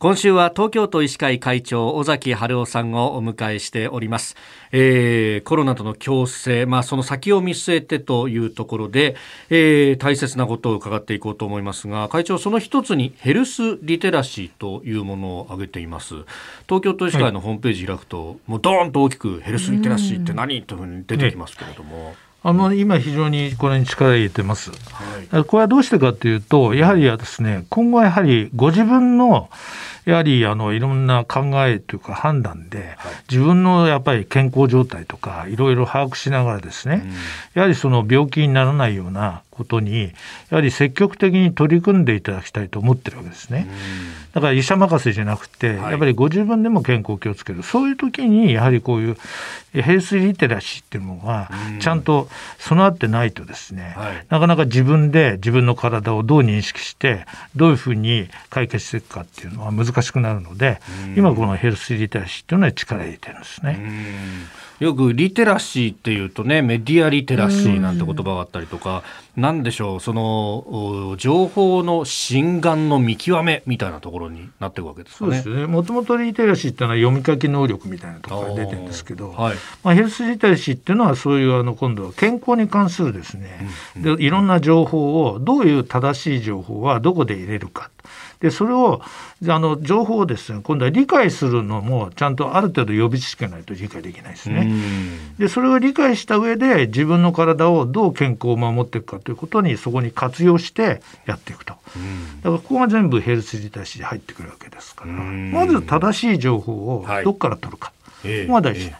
今週は東京都医師会会長尾崎治夫さんをお迎えしております。コロナとの共生、その先を見据えてというところで、大切なことを伺っていこうと思いますが、会長、その一つにヘルスリテラシーというものを挙げています。東京都医師会のホームページ開くと、もうドーンと大きくヘルスリテラシーって何というふうに出てきますけれども、 今非常にこれに力を入れてます、これはどうしてかというと、やはりですね、今後はやはりご自分のやはりいろんな考えというか判断で、自分のやっぱり健康状態とかいろいろ把握しながらですね、やはりその病気にならないようなことにやはり積極的に取り組んでいただきたいと思ってるわけですね。だから医者任せじゃなくて、やっぱりご自分でも健康を気をつける、そういう時にやはりこういうヘルスリテラシーっていうものがちゃんと備わってないとですね、なかなか自分で自分の体をどう認識してどういうふうに解決していくかっていうのは難しくなるので、今このヘルスリテラシーっていうのは力を入れてるんですね。 よくリテラシーっていうとね、メディアリテラシーなんて言葉があったりとか、なんでしょう、その情報の真贋の見極めみたいなところになっていくわけですかね。 そうですね。もともとリテラシーっていうのは読み書き能力みたいなところから出てるんですけど、ヘルスリテラシーっていうのはそういう今度は健康に関するですね、でいろんな情報をどういう正しい情報はどこで入れるか、でそれを情報をですね、今度は理解するのもちゃんとある程度予備知識がないと理解できないですね。でそれを理解した上で自分の体をどう健康を守っていくかということにそこに活用してやっていくと。だからここが全部ヘルスリテラシーで入ってくるわけですから、まず正しい情報をどこから取るか、ここが大事なんです。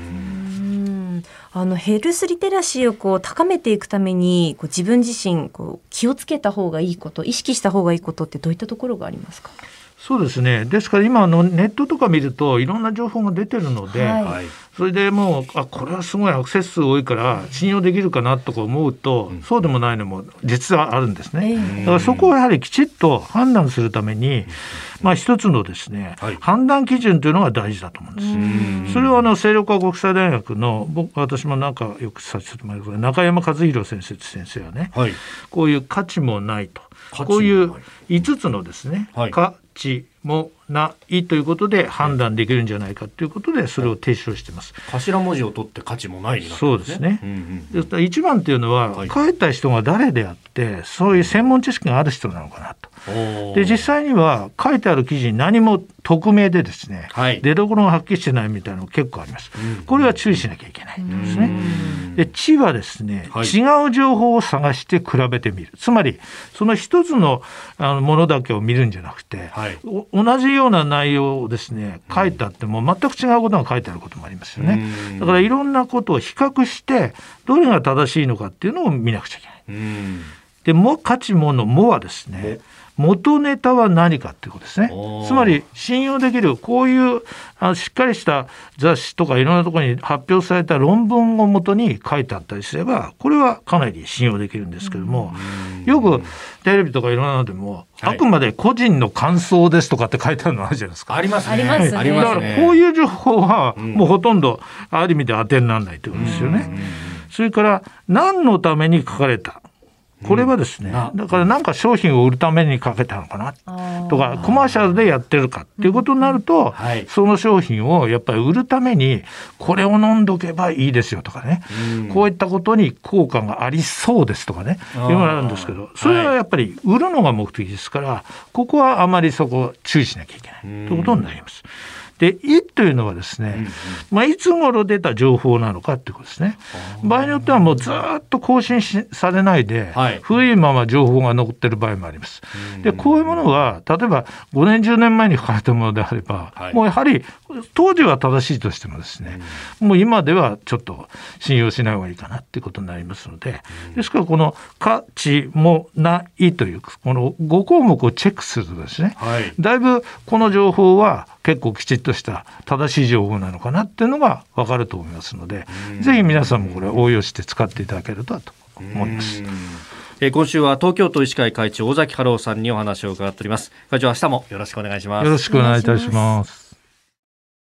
ヘルスリテラシーを高めていくために自分自身気をつけた方がいいこと、意識した方がいいことってどういったところがありますか？ そうですね。ですから今ネットとか見るといろんな情報が出てるので、それでもうこれはすごいアクセス数多いから信用できるかなとか思うと、そうでもないのも実はあるんですね。だからそこをやはりきちっと判断するために、一つのですね、判断基準というのが大事だと思うんです。それは清涼科国際大学の私もよくさせてもらうけど中山和弘先生はね、こういう価値もないと、こういう5つのですね、価値もないということで判断できるんじゃないかということでそれを提唱しています。 頭文字を取って価値もないになってそうですね。一番というのは、書いた人が誰であってそういう専門知識がある人なのかなと。で実際には書いてある記事に何も匿名でですね、出所がはっきりしてないみたいなのが結構あります。これは注意しなきゃいけないんですね。で知はですね、違う情報を探して比べてみる。つまりその一つのものだけを見るんじゃなくて、同じような内容をですね書いてあっても全く違うことが書いてあることもありますよね。だからいろんなことを比較してどれが正しいのかっていうのを見なくちゃいけない。で価値ものもはですね、元ネタは何かっていうことですね。つまり信用できるこういうしっかりした雑誌とかいろんなところに発表された論文をもとに書いてあったりすればこれはかなり信用できるんですけども、よくテレビとかいろんなのでも、あくまで個人の感想ですとかって書いてあるのあるじゃないですか。 ありますね。 だからこういう情報はもうほとんどある意味で当てにならないということですよね。それから何のために書かれた、これはですね、だからなんか商品を売るためにかけたのかなとか、コマーシャルでやってるかっていうことになると、その商品をやっぱり売るためにこれを飲んどけばいいですよとかね、こういったことに効果がありそうですとかね、いうのがあるんですけど、それはやっぱり売るのが目的ですから、ここはあまりそこを注意しなきゃいけないということになります。でというのはですね、いつ頃出た情報なのかってことですね。場合によってはもうずっと更新されないで、古いまま情報が残っている場合もあります。でこういうものは例えば5年10年前に書かれたものであれば、もうやはり当時は正しいとしてもですね、もう今ではちょっと信用しない方がいいかなっていうことになりますので、ですからこの価値もないというこの5項目をチェックするとですね、だいぶこの情報は結構きちっとした正しい情報なのかなっていうのが分かると思いますので、ぜひ皆さんもこれを応用して使っていただけると思います。 今週は東京都医師会会長尾崎治夫さんにお話を伺っております。会長、明日もよろしくお願いします。 よろしくお願いいたします。